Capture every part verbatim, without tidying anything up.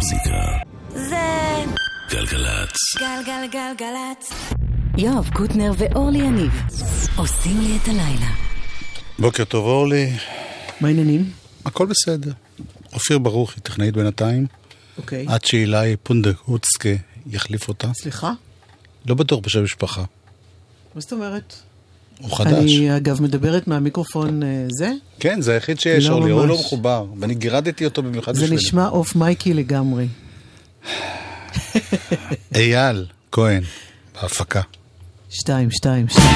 המוזיקה זה גלגלצ. גלגלגלגלצ. יואב קוטנר ואורלי יניב עושים לי את הלילה. בוקר טוב אורלי. מה העניינים? הכל בסדר. אופיר ברוך היא טכנאית בינתיים. אוקיי. עד שאילי פונדהוצקה יחליף אותה. סליחה? לא בטוח בשם משפחה. מה זאת אומרת? הוא חדש. אני אגב מדברת מהמיקרופון זה? כן, זה היחיד שיש, לא אורלי, הוא ממש. לא מחובר. ואני גירדתי אותו במיוחד זה בשבילי. נשמע אוף מייקי לגמרי. אייל כהן, בהפקה. שתיים, שתיים, שתיים.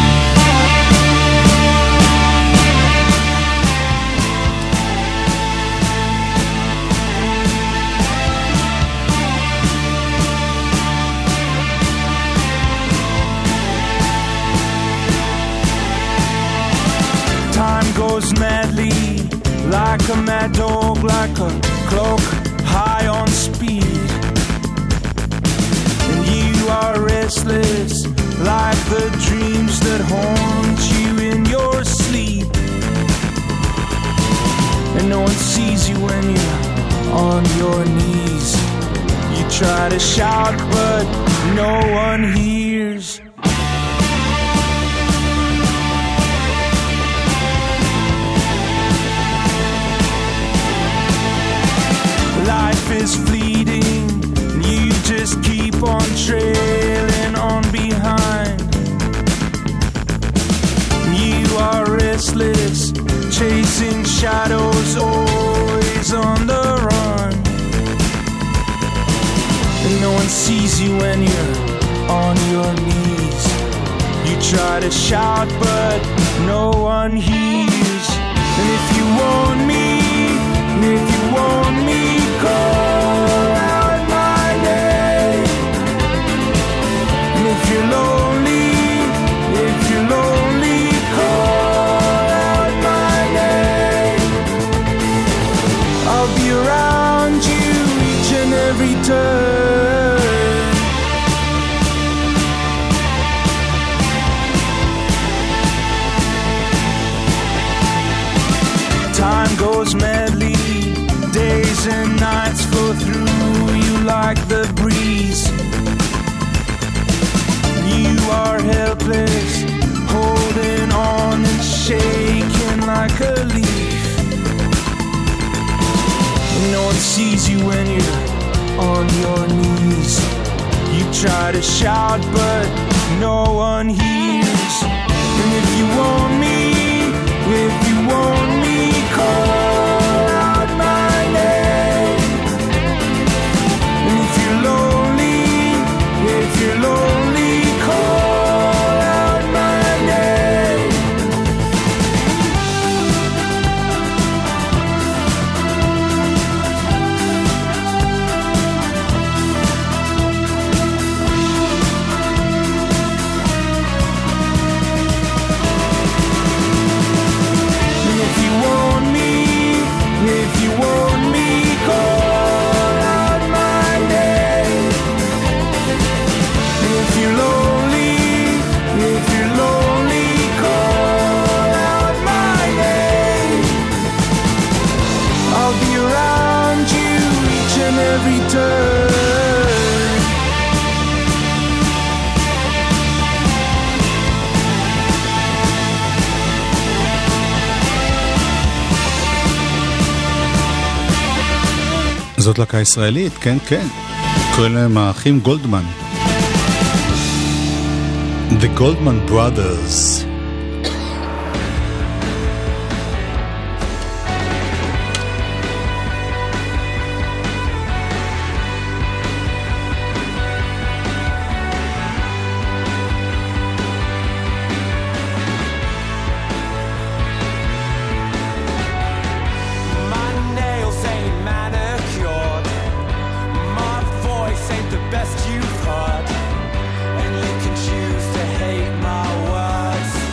Time goes madly, like a mad dog, like a clock, high on speed. And you are restless, like the dreams that haunt you in your sleep. And no one sees you when you're on your knees. You try to shout, but no one hears. Life is fleeting, you just keep on trailing on behind. You are restless, chasing shadows, always on the run. And no one sees you when you're on your knees. You try to shout, but no one hears. And if you want me, if you want me, call out my name. And if you're lonely, if you're lonely, call out my name. I'll be around you each and every turn. Time goes madly, days and nights flow through you like the breeze. You are helpless, holding on and shaking like a leaf. No one sees you when you're on your knees. You try to shout, but no one hears. And if you want me, if you want me, call out my name. And if you're lonely, if you're lonely, call out my name. And if you want me, if you want me, call out my name. If you're lonely, if you're lonely, call out my name. I'll be around you each and every turn. זאת להקה ישראלית, כן, כן. קוראים להם האחים גולדמן. The Goldman Brothers. My nails ain't manicured, my voice ain't the best you've heard, and you can choose to hate my words.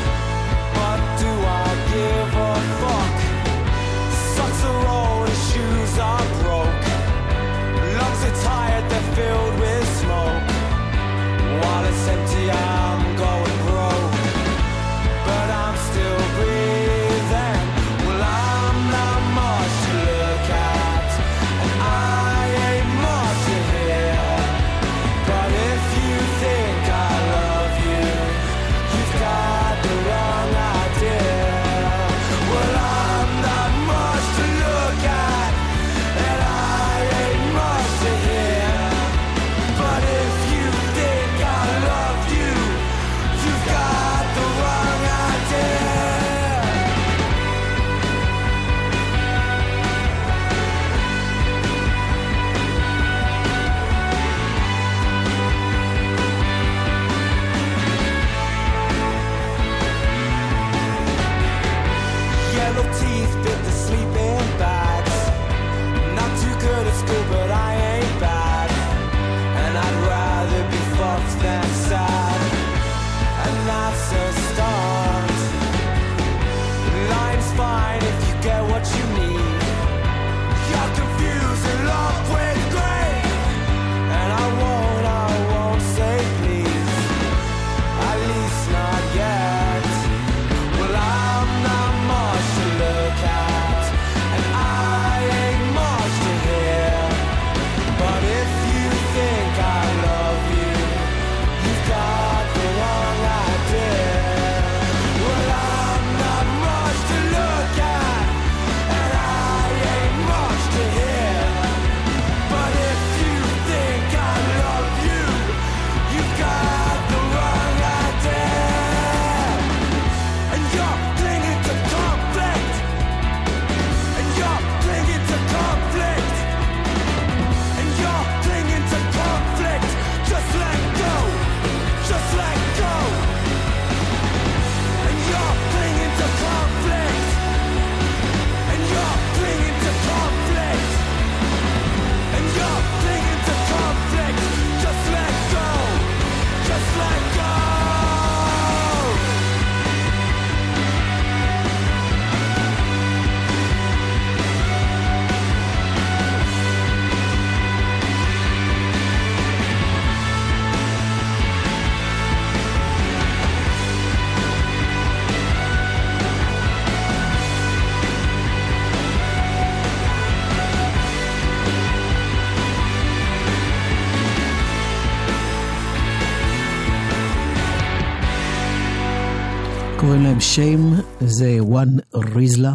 קוראים להם שיים, זה וואן ריזלה,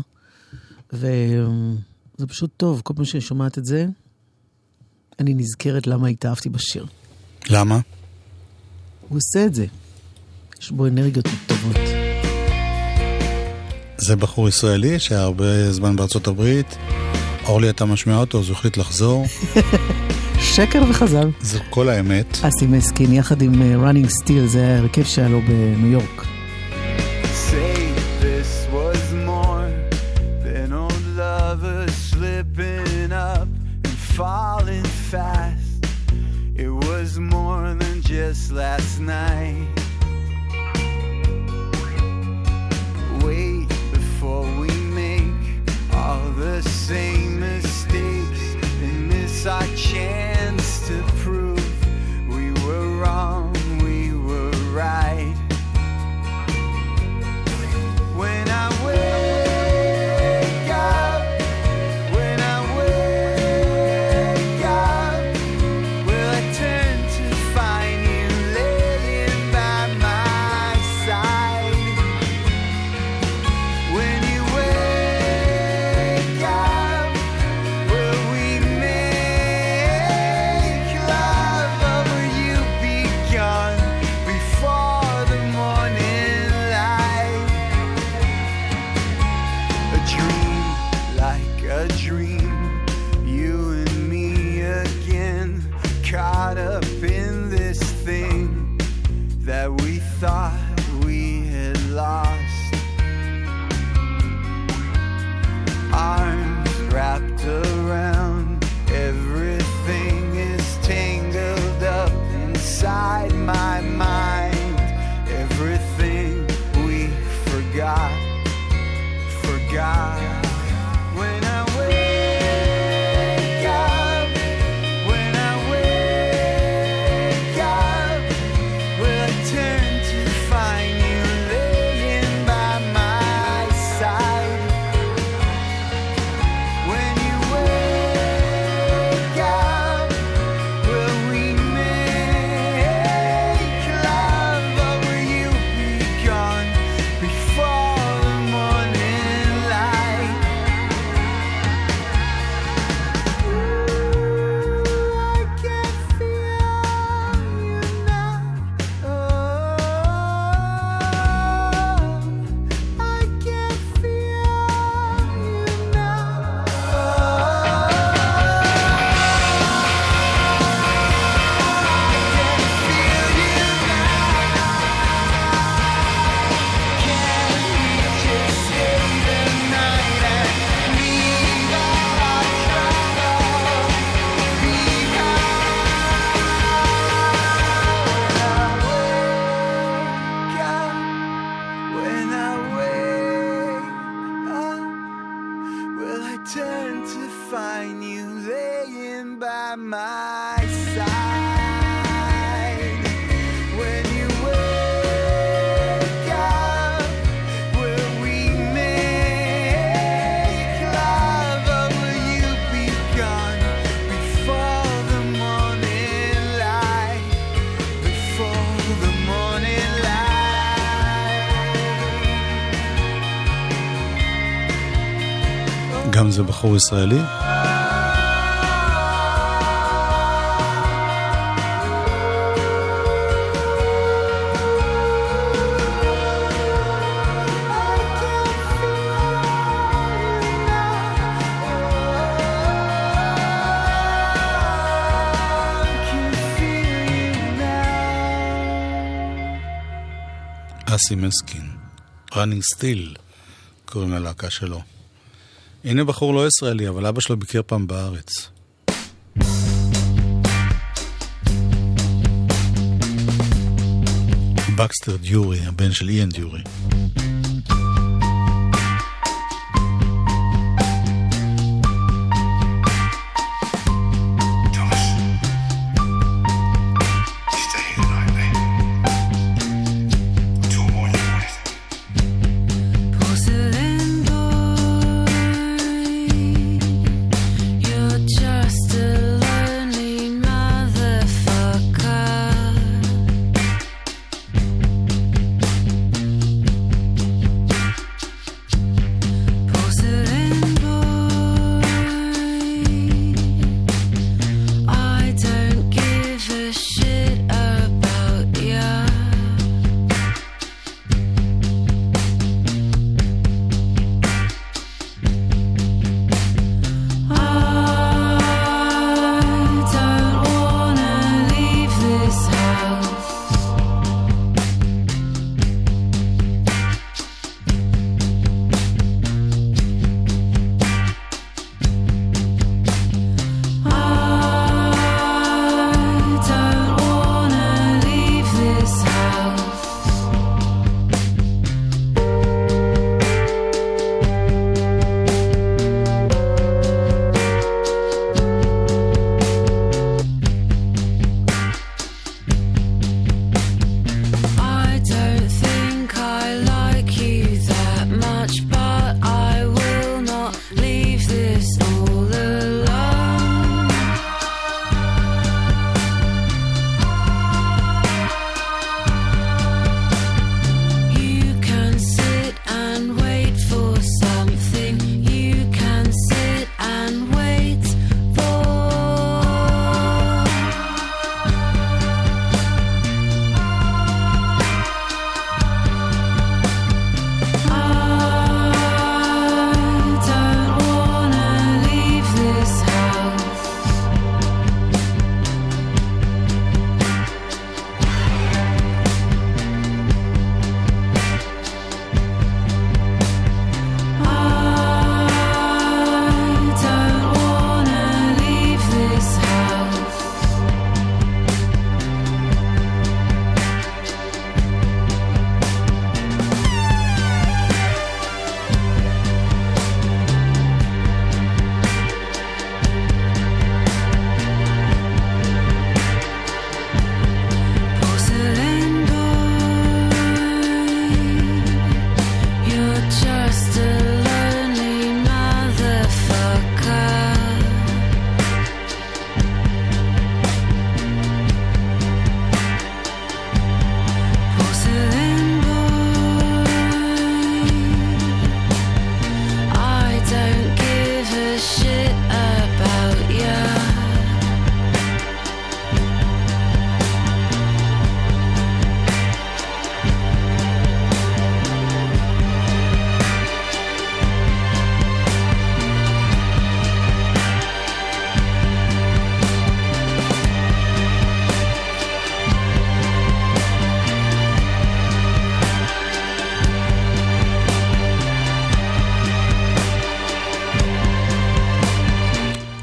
וזה פשוט טוב, כל פעם שאני שומעת את זה, אני נזכרת למה התאהבתי בשיר. למה? הוא עושה את זה. יש בו אנרגיות טובות. זה בחור ישראלי שהיה הרבה זמן בארצות הברית. אורלי, אתה משמיע אותו, אז הוא החליט לחזור. שקר וחזר. זו כל האמת. אסי מסקין, יחד עם uh, Running Steel, זה היה הרכב שהיה לו בניו יורק. Say this was more than old lovers slipping up and falling fast. It was more than just last night. Wait before we make all the same mistakes and miss our chance to prove we were wrong, we were right. When I wake up, when I wake up, will I turn to find you laying by my side? When you wake up, will we make love, or will you be gone before the morning light? A dream like a dream, you and me again, caught up in this thing that we thought we had lost. Arms wrapped around, everything is tangled up inside my mind. Everything we forgot, forgot. When I wake up, when I wake up, will I turn to find you laying by my side? When you wake up, will we make love, or will you be gone before the morning light? Ooh, I can feel you now. Oh, I can feel you now. When I wake up, will I turn to find you laying by my side? When you wake up, will we make love, or will you be gone before the morning light? Before the morning light. גם זה בחור ישראלי. אסי מסקין, Running Steel, קוראים ללהקה שלו. הנה בחור לא ישראלי, אבל אבא שלו ביקר פעם בארץ. בקסטר דיורי, הבן של איין דיורי. Motherfucker.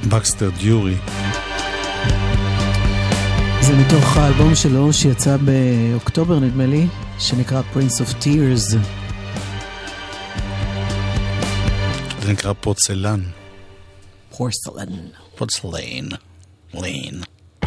בקסטר דיורי. זה מתוך האלבום שלו שיצא באוקטובר נדמה לי, שנקרא Prince of Tears. זה נקרא פורצלן. פורצלן. פורצלן. לין.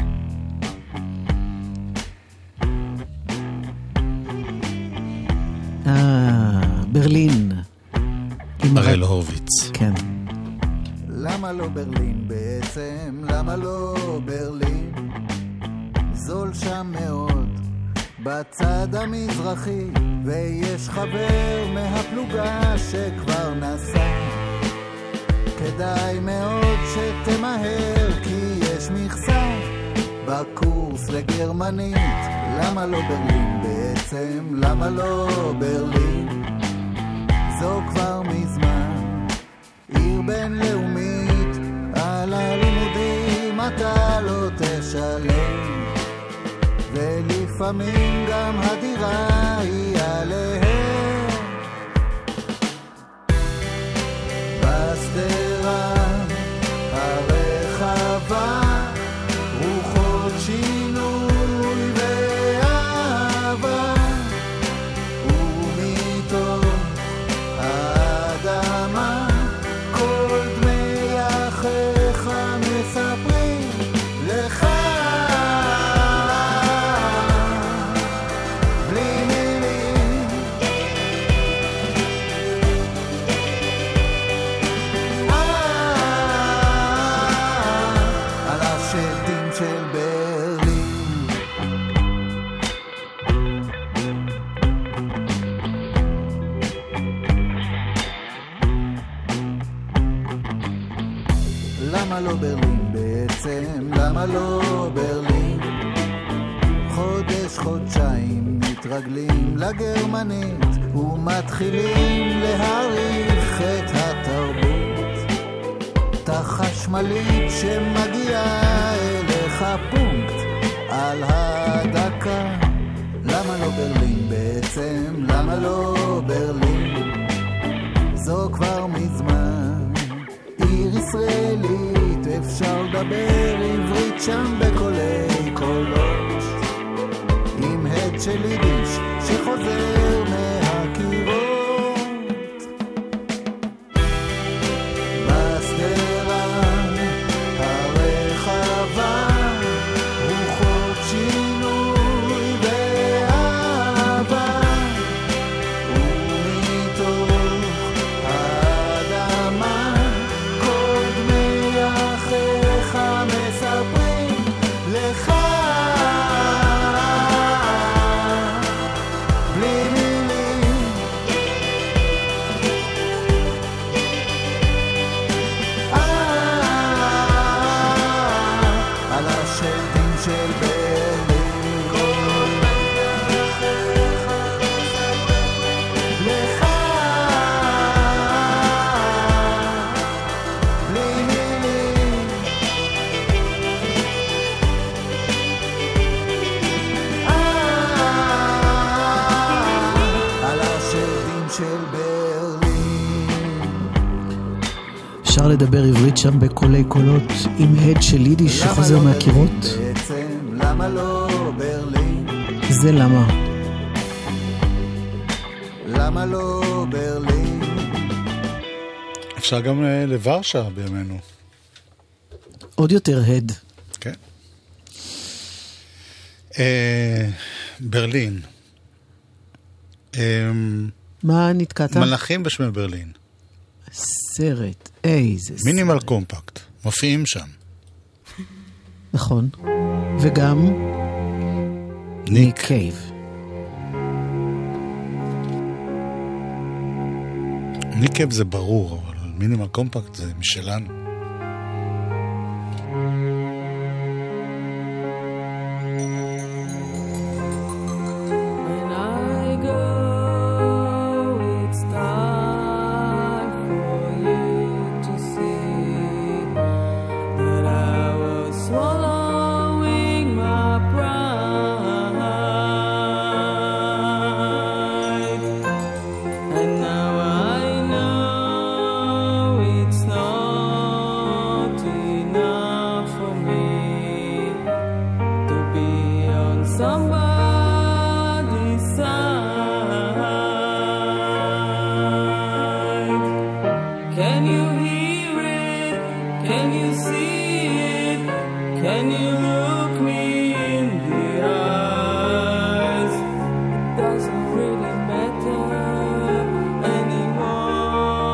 אה, ברלין. הראל הורוביץ. כן. למה לא ברלין בעצם? למה לא ברלין? זול שם מאוד בצד המזרחי, ויש חבר מהפלוגה שכבר נסע. כדאי מאוד שתמהר כי יש מכסה בקורס לגרמנית. למה לא ברלין בעצם? למה לא ברלין? זו כבר מזמן עיר בינלאומית, על הלימודים אתה לא תשלם, ולפעמים גם הדירה היא עליהם. בסדרה הרחבה רוחות שינוי ואהבה, ומתוך האדמה כל דמי אחיך מספרים לך בלי מילים. על השלטים של ברלין. למה לא ברלין בעצם? למה לא ברלין? חודש חודשיים מתרגלים לגרמנית ומתחילים להעריך את התרבות. החשמלית שמגיעה אליך פונקט על הדקה. למה לא ברלין בעצם? למה לא ברלין? זו כבר מזמן עיר ישראלית, אפשר לדבר עברית שם בקולי קולות, עם הד של יידיש שחוזר מהקירות. בסדרה הרחבה רוחות שינוי ואהבה, ומתוך האדמה כל דמי אחיך מספרים לך בלי מילים. על השלטים של ברלין כל דמי אחיך מספרים לך בלי מילים. על השלטים של ברלין. אפשר לדבר עברית שם בקולי קולות עם הד של יידיש שחוזר למה לא מהקירות. ברלין בעצם? למה לא ברלין? זה למה. למה לא ברלין? אפשר גם אה, לוורשה בימינו. עוד יותר הד. כן. אה, ברלין. אה, מה נתקעת? מלאכים בשמי ברלין. סרט. איזה סרט. מינימל קומפקט. מופיעים שם. נכון. וגם ניק קייב. ניק קייב זה ברור, אבל מינימל קומפקט זה משלנו. When I go, it's time for you to see that I was swallowing my pride, and now I know it's not somebody's side. Can you hear it? Can you see it? Can you look me in the eyes? It doesn't really matter anymore.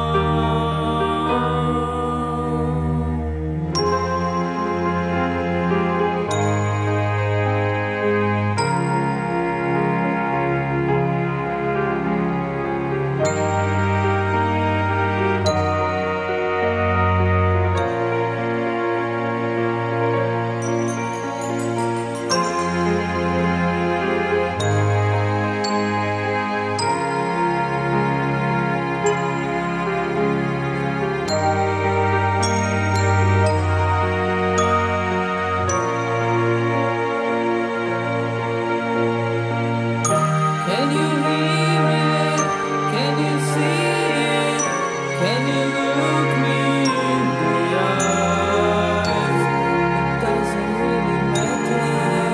Can you hear it? Can you see it? Can you look me in the eyes? It doesn't really matter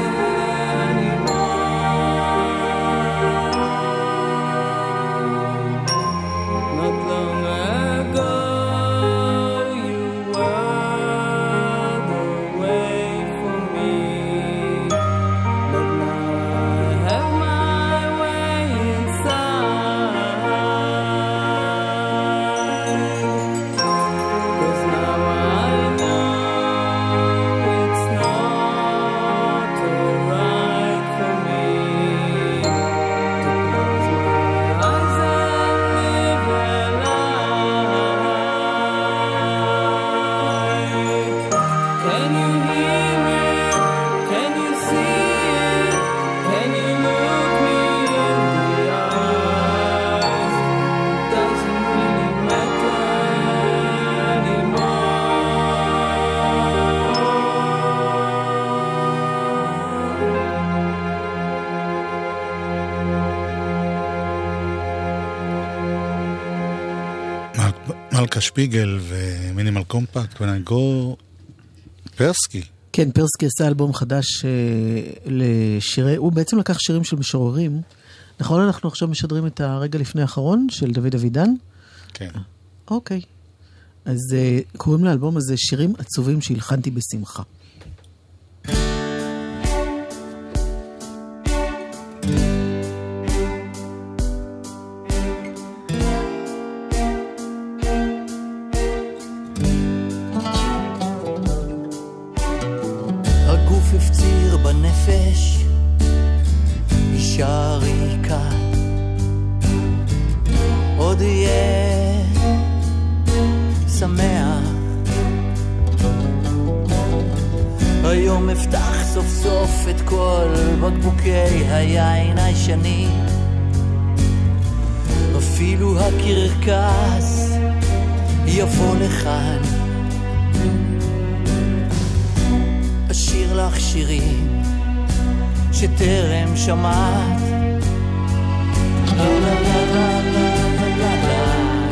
anymore. Not long ago you were the way for me, but now I have my way inside. 'Cause now I know it's not alright for me to close my eyes and live a lie. Can you hear it? Can you see it? Can you look me in the eyes? It doesn't really matter anymore. מל- מלכה שפיגל ומינימל קומפקט ונגו פרסקי. כן, פרסקי עשה אלבום חדש אה, לשירי, הוא בעצם לקח שירים של משוררים. נכון, אנחנו עכשיו משדרים את הרגע לפני האחרון של דוד אבידן? כן. אוקיי. אז אה, קוראים לאלבום הזה שירים עצובים שהלחנתי בשמחה. הגוף הפציר בנפש, אישה ריקה, עוד יהיה שמח. היום אפתח סוף סוף את כל בקבוקי היין הישני, אפילו הקרקס יבוא לכאן. אשיר לך שירים שטרם שמעת, לה לה לה לה לה לה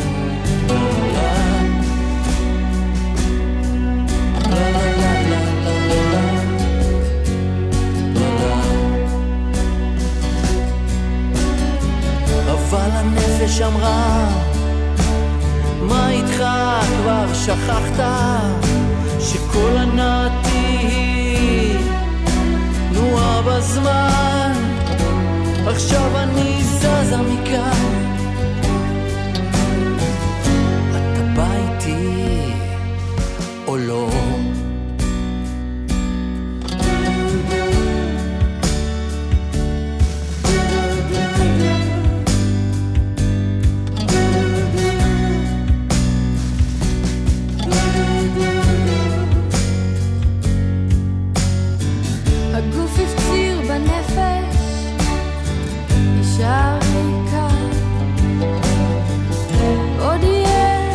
אבל הנפש אמרה, מה איתך כבר שכחת שכל ענתי היא תנועה בזמן, עכשיו אני זזה מכאן, אתה בא איתי או לא? הגוף הפציר בנפש, אישה ריקה, עוד יהיה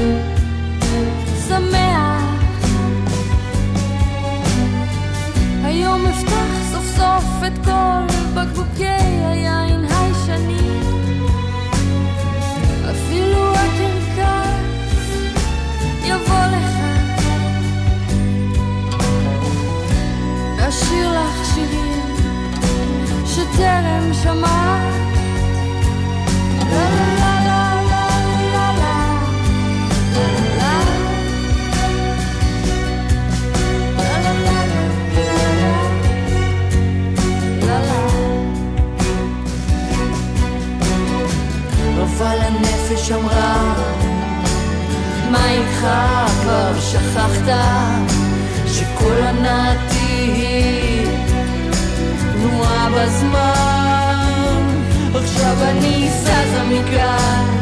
שמח. היום אפתח סוף סוף את כל בקבוקי היין הישני, אפילו הקרקס יבוא לך, אשיר לך שירים טרם שמע. לה לה לה לה לה לה לה לה. אבל הנפש אמרה, מה איתך כבר שכחת שכל הנעתי היא תנועה בזמן. עכשיו אני זזה מכאן,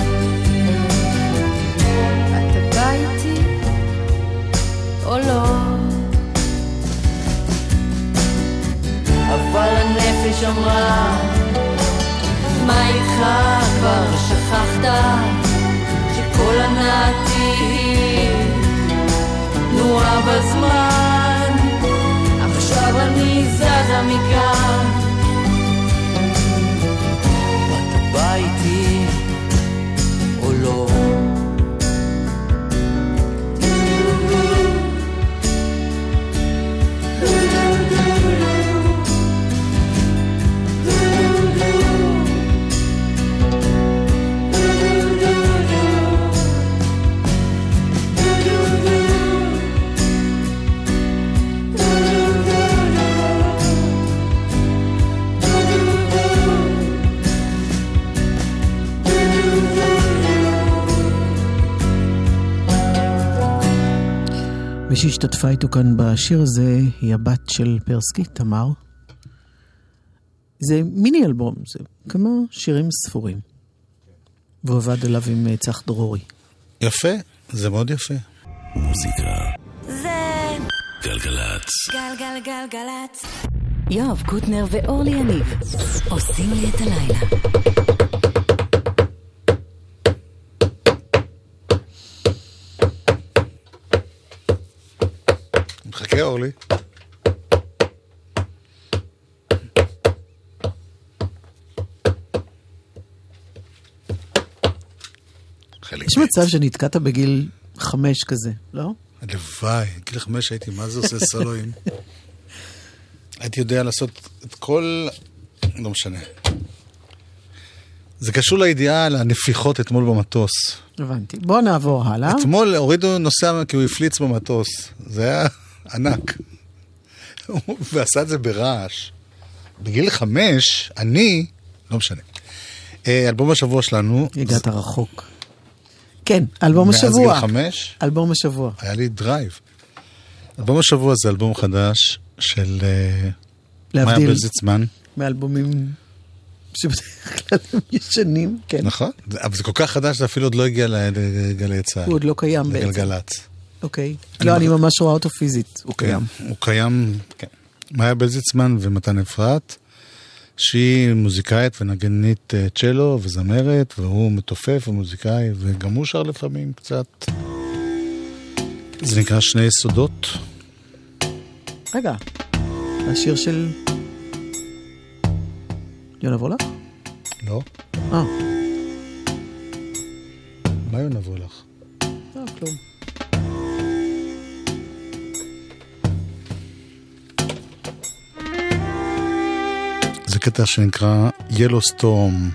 אתה בא איתי או לא? אבל הנפש אמרה, מה איתך כבר שכחת שכל הנעתי היא תנועה בזמן. עכשיו אני זזה מכאן, אתה בא איתי או לא? מי שהשתתפה איתו כאן בשיר הזה היא הבת של פרסקי, תמר. זה מיני אלבום, זה כמה שירים ספורים. והוא עבד עליו עם צח דרורי. יפה, זה מאוד יפה. מוזיקה זה גלגלצ. גלגלגלגלצ. יואב קוטנר ואורלי יניב עושים לי את הלילה. מחכה אורלי. יש מצב שנתקעת בגיל חמש כזה, לא? הלוואי, גיל חמש הייתי, מה זה עושה סולואים? הייתי יודע לעשות את כל... לא משנה. זה קשור לידיעה על הנפיחות אתמול במטוס. הבנתי. בוא נעבור הלאה. אתמול הורידו נוסע כי הוא הפליץ במטוס. זה היה ענק. ועשה את זה ברעש. בגיל חמש, אני... לא משנה. אלבום השבוע שלנו... הגעת רחוק. כן, אלבום השבוע. מאז גיל חמש? אלבום השבוע. היה לי דרייב. אלבום השבוע זה אלבום חדש של מאיה בלזיצמן. מאלבומים שבדרך כלל הם ישנים, כן. נכון, אבל זה כל כך חדש, זה אפילו עוד לא הגיע לגלי צהל. הוא עוד לא קיים בעצם. לגלגלצ. אוקיי. לא, אני ממש רואה אותו פיזית, הוא קיים. הוא קיים, כן. מאיה בלזיצמן ומתן אפרת, שהיא מוזיקאית ונגנית צ'לו וזמרת, והוא מתופף ומוזיקאי, וגם הוא שר לפעמים קצת. זה נקרא שני יסודות. רגע, השיר של יונה וולך? לא. אה. מה יונה וולך? לא, כלום. זה קטע שנקרא ילוסטורם.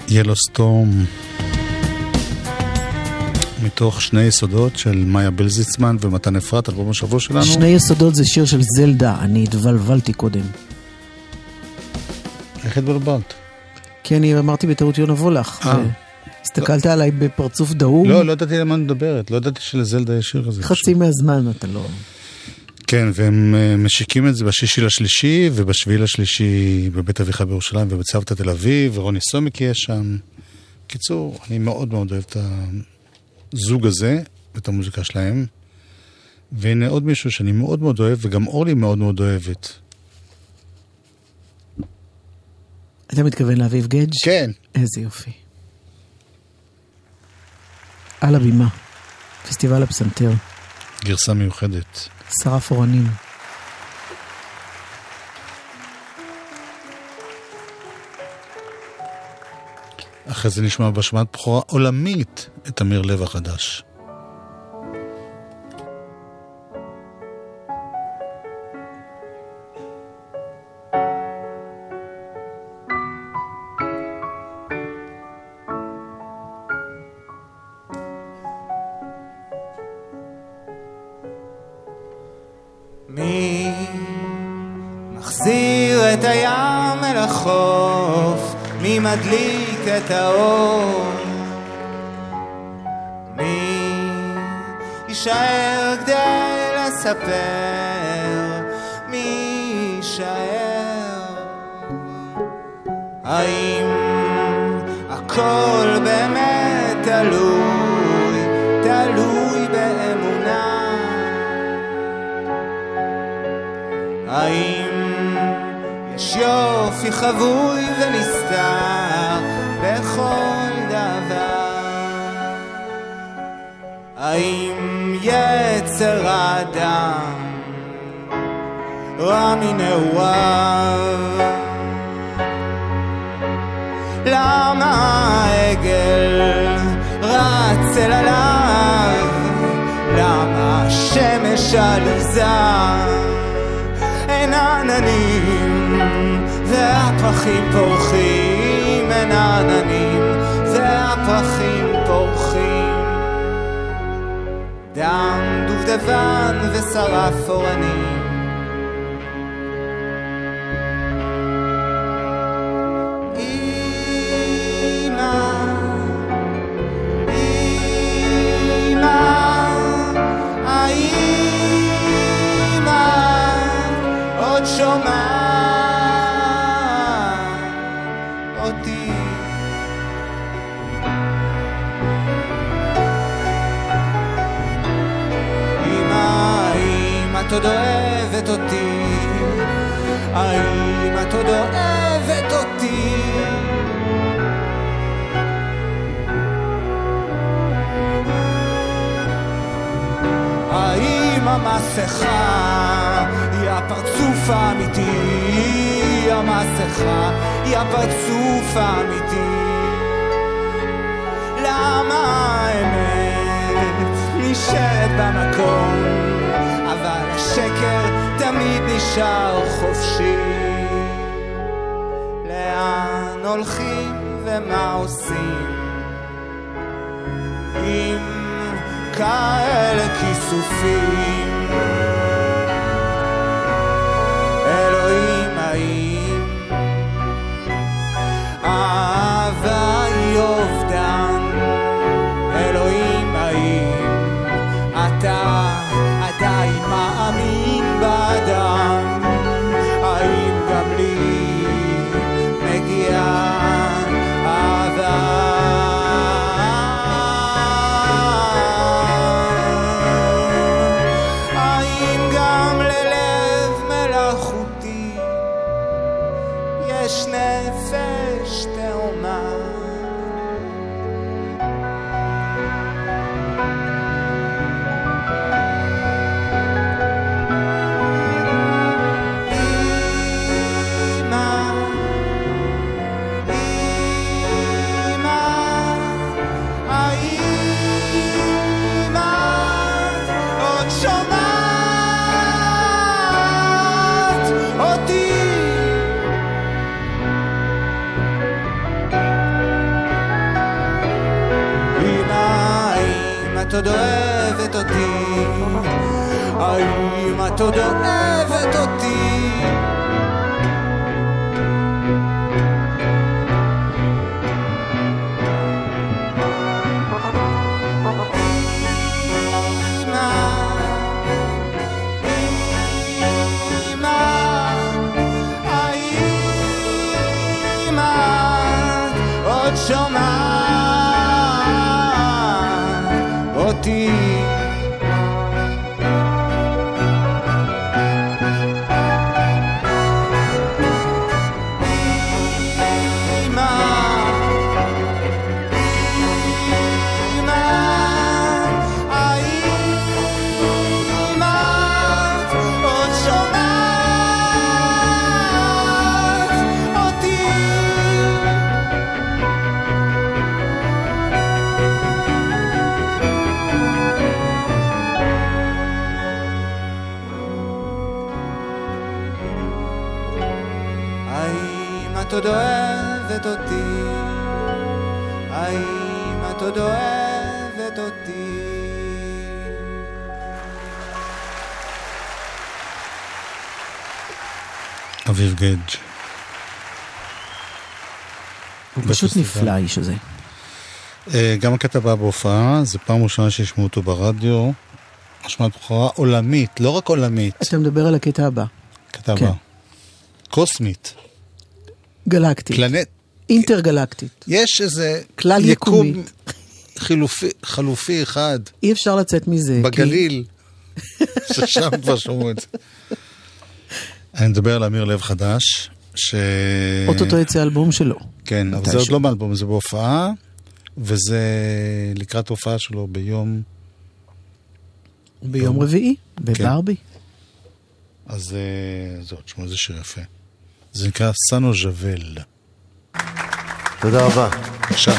ילוסטורם, מתוך שני יסודות של מאיה בלזיצמן ומתן אפרת, אלבום השבוע שלנו. שני יסודות זה שיר של זלדה, אני התבלבלתי קודם. איך התבלבלת? כי אני אמרתי בטעות יונה וולך. הסתכלת עליי בפרצוף דהום. לא, לא ידעתי למה מדברת, לא ידעתי שלזלדה יש שיר כזה. חצי מהזמן אתה לא... כן, והם משיקים את זה בשישי לשלישי, ובשביעי לשלישי בבית אביך בירושלים ובצוותא תל אביב, ורוני סומיק יש שם. קיצור, אני מאוד מאוד אוהב את הזוג הזה, ואת המוזיקה שלהם. והנה עוד מישהו שאני מאוד מאוד אוהב, וגם אורלי מאוד מאוד אוהבת. אתה מתכוון לאביב גדג'? כן. איזה יופי. על הבימה, פסטיבל הפסנתר. גרסה מיוחדת. שרף אורנים. אחרי זה נשמע בשמעת בחורה עולמית את אמיר לב החדש. מי מחזיר את הים אל החוף, מי מדליק את האור, מי יישאר כדי לספר, מי יישאר, האם הכל באמת תלוי, תלוי באמונה, האם יש יופי חבוי ונסתר בכל דבר, האם יצר האדם רע מנעוריו, למה העגל רץ אל עליו, למה השמש עליזה, אין עננים והפרחים פורחים, אין עננים והפרחים פורחים, דם דובדבן ושרף אורנים, שומע אותי, אמא, אמא, את עוד אוהבת אותי, האם את עוד אוהבת אותי, האם המסכה היא הפרצוף האמיתי, המסכה היא הפרצוף האמיתי, למה האמת נשארת במקום, אבל השקר תמיד נשאר חופשי, לאן הולכים ומה עושים עם כאלה כיסופים, אלוהים, האם אהבה היא אובדן, אלוהים, האם אתה עדיין מאמין באדם, האם גם לי מגיעה אהבה, נפש תאומה, אמא, אמא, האם את עוד שומעת אותי, את עוד אוהבת אותי? האם את עוד אוהבת אותי? שומעת אותי את עוד אוהבת אותי? האם את עוד אוהבת אותי? אביב גדג' הוא פשוט נפלא איש הזה. גם הקטע בא בהופעה, זה פעם ראשונה שישמעו אותו ברדיו, השמעת בחורה עולמית, לא רק עולמית. אתה מדבר על הקטע הבא. קטע הבא. קוסמית. גלקטית. פלנט. אינטרגלקטית. יש איזה כלל יקומית. חילופי, חלופי אחד. אי אפשר לצאת מזה. בגליל. כי... ששם כבר שומעו את זה. אני מדבר על אמיר לב חדש, ש... אוטוטו יצא אלבום שלו. כן, אבל זה עוד לא באלבום, זה בהופעה, וזה לקראת הופעה שלו ביום... ביום רביעי, בברבי. אז זה עוד שמו, זה שיר יפה. זה נקרא סנו ז'בל. תודה רבה. בבקשה.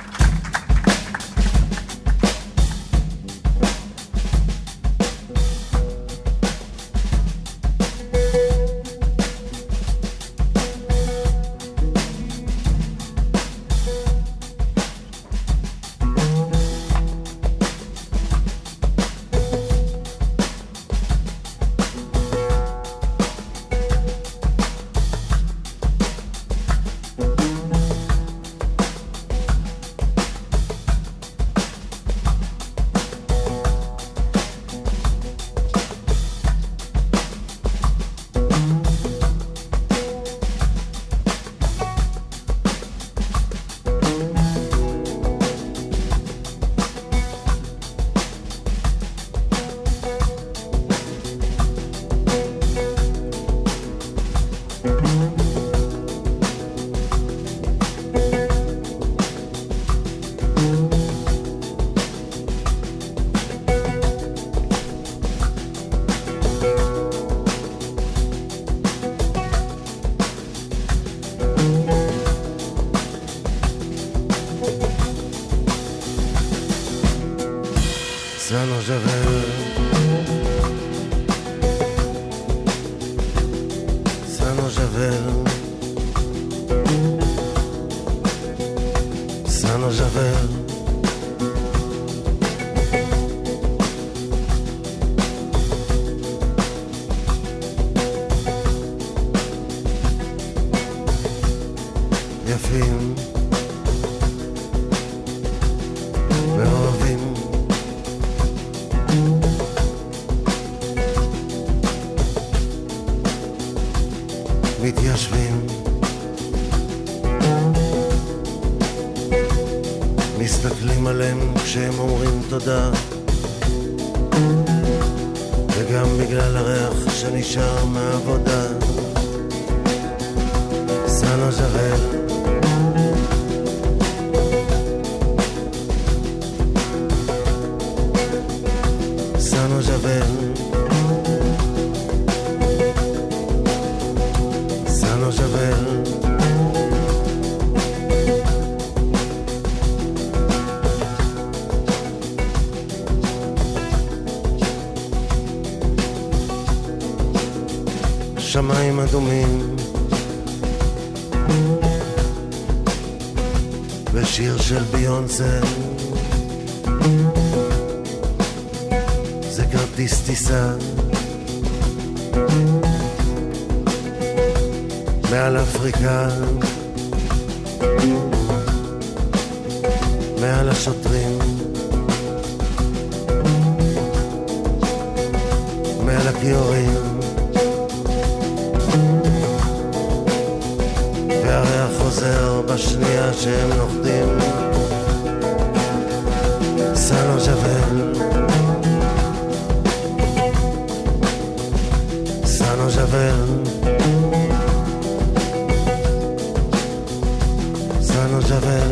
מתיישבים, מסתכלים עליהם כשהם אומרים תודה, וגם בגלל הריח שנשאר מהעבודה. סנו ז'בל, סנו ז'בל, סנו ז'בל, שמיים אדומים ושיר של ביונסה, תטיס טיסה מעל אפריקה, מעל השוטרים, מעל הכיורים, והריח חוזר בשנייה שהם נוחתים. סנו ז'בל, סנו ז'בל, סנו ז'בל.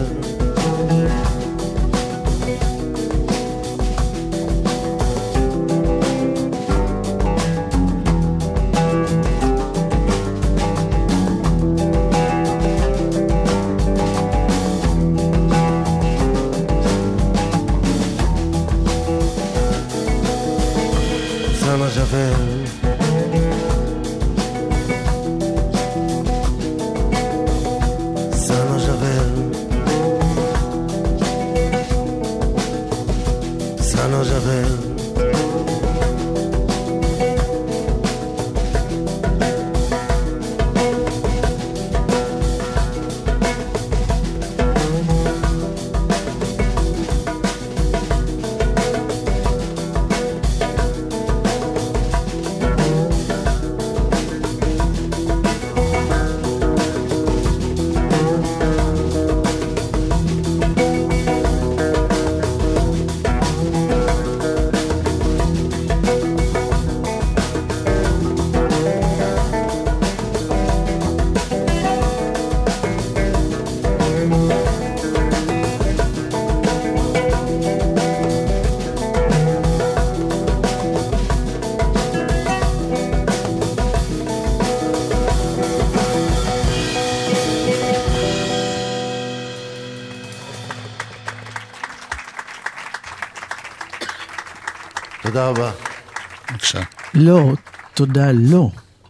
תודה רבה. בבקשה. לא, תודה, לא.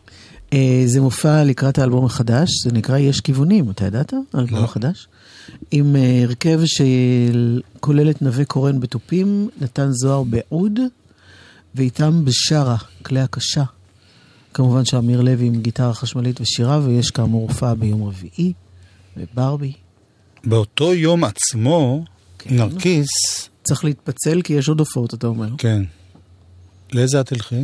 זה מופע לקראת האלבום החדש, זה נקרא יש כיוונים, אתה ידעת? האלבום החדש? עם הרכב שכולל את נווה קורן בטופים, נתן זוהר בעוד, ואיתם בשרה, כלי הקשה. כמובן שאמיר לוי עם גיטרה חשמלית ושירה, ויש כאמור הופעה ביום רביעי, בברבי. באותו יום עצמו, נרקיס... צריך להתפצל כי יש עוד הופעות, אתה אומר. כן. לאיזה את תלכי?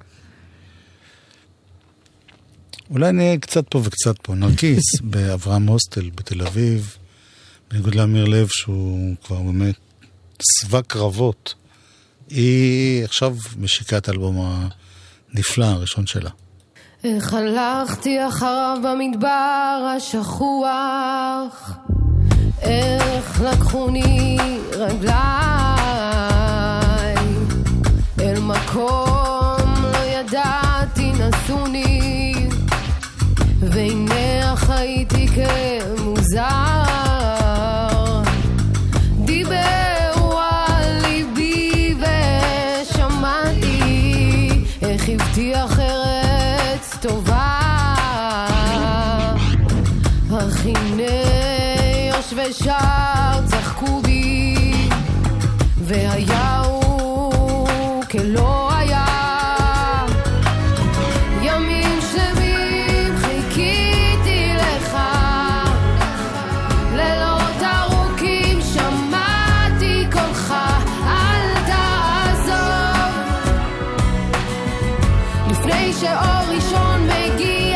אולי נהיה קצת פה וקצת פה. נרקיס באברהם הוסטל בתל אביב, בניגוד לאמיר לב שהוא כבר באמת צבא קרבות. היא עכשיו משיקה את האלבום הנפלא הראשון שלה. איך הלכתי אחריו במדבר השכוח, איך לקחוני רגליי אל מקום לא ידעתי נסוני, והנה חייתי כמוזר, דיברו על ליבי ושמעתי איך הבטיח ארץ טובה, אך הנה יושבי שר צחקו בי והיה הוא כלא היה. ימים שלמים חיכיתי לך, לילות ארוכים שמעתי קולך, אל תעזוב לפני שאור ראשון מגיע,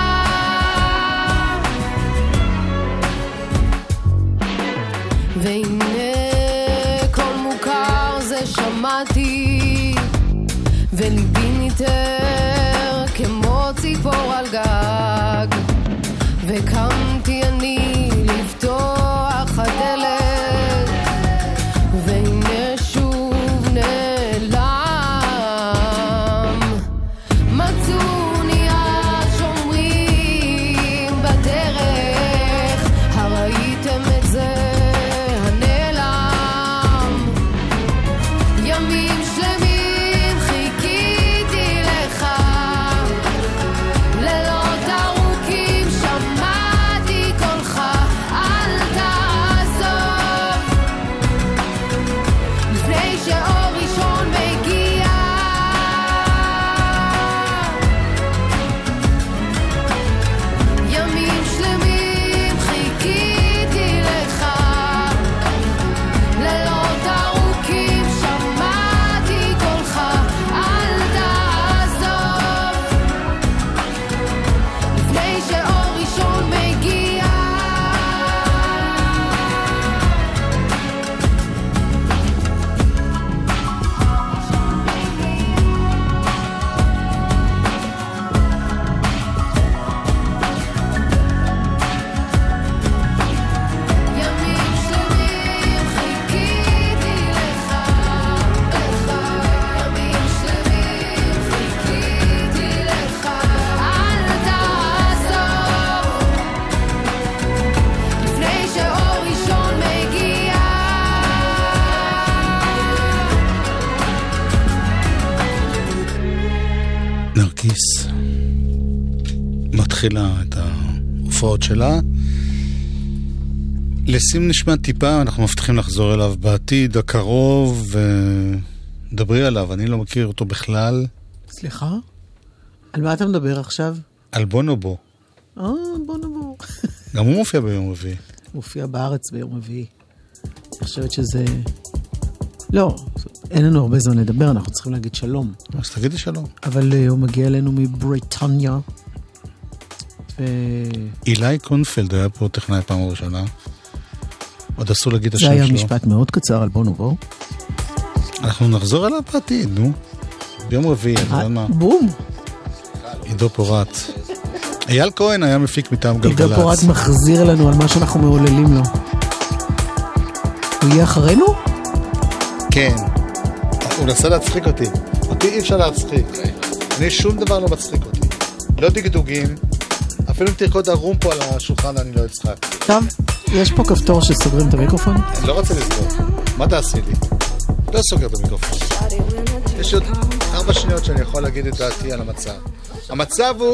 והנה כל מוכר זה שמעתי, וליבי ניתר כמו ציפור על גג, וקמתי אני לפתוח הדלת, והנה שוב נעלם. מצאוני השומרים בדרך, הראיתם את זה הנעלם. ימים שלמים חיכיתי לך, התחילה את ההופעות שלה. לשים נשמע טיפה, אנחנו מבטיחים לחזור אליו בעתיד הקרוב, ודברי עליו, אני לא מכיר אותו בכלל. סליחה? על מה אתה מדבר עכשיו? על בונובו. אה, בונובו. גם הוא מופיע ביום רביעי. מופיע בארץ ביום רביעי. אני חושבת שזה... לא, אין לנו הרבה זמן לדבר, אנחנו צריכים להגיד שלום. אז תגידי שלום. אבל uh, הוא מגיע אלינו מבריטניה. ו... אילי קונפלד היה פה טכנאי פעם ראשונה. עוד אסור להגיד את השם שלו. זה היה משפט מאוד קצר על בונובו. אנחנו נחזור אליו בעתיד, נו. ביום רביעי, אתה יודע מה? בום. עידו פורט. אייל כהן היה מפיק מטעם גלגלץ. עידו פורט מחזיר לנו על מה שאנחנו מעוללים לו. הוא יהיה אחרינו? כן. הוא נסה להצחיק אותי. אותי אי אפשר להצחיק. אני שום דבר לא מצחיק אותי. לא דגדוגים. אפילו אם תרקוד ערום פה על השולחן אני לא אצחק. טוב, יש פה כפתור שסוגרים את המיקרופון? אני לא רוצה לסגור. מה תעשי לי? לא סוגר את המיקרופון. יש עוד ארבע שניות שאני יכול להגיד את דעתי על המצב. המצב הוא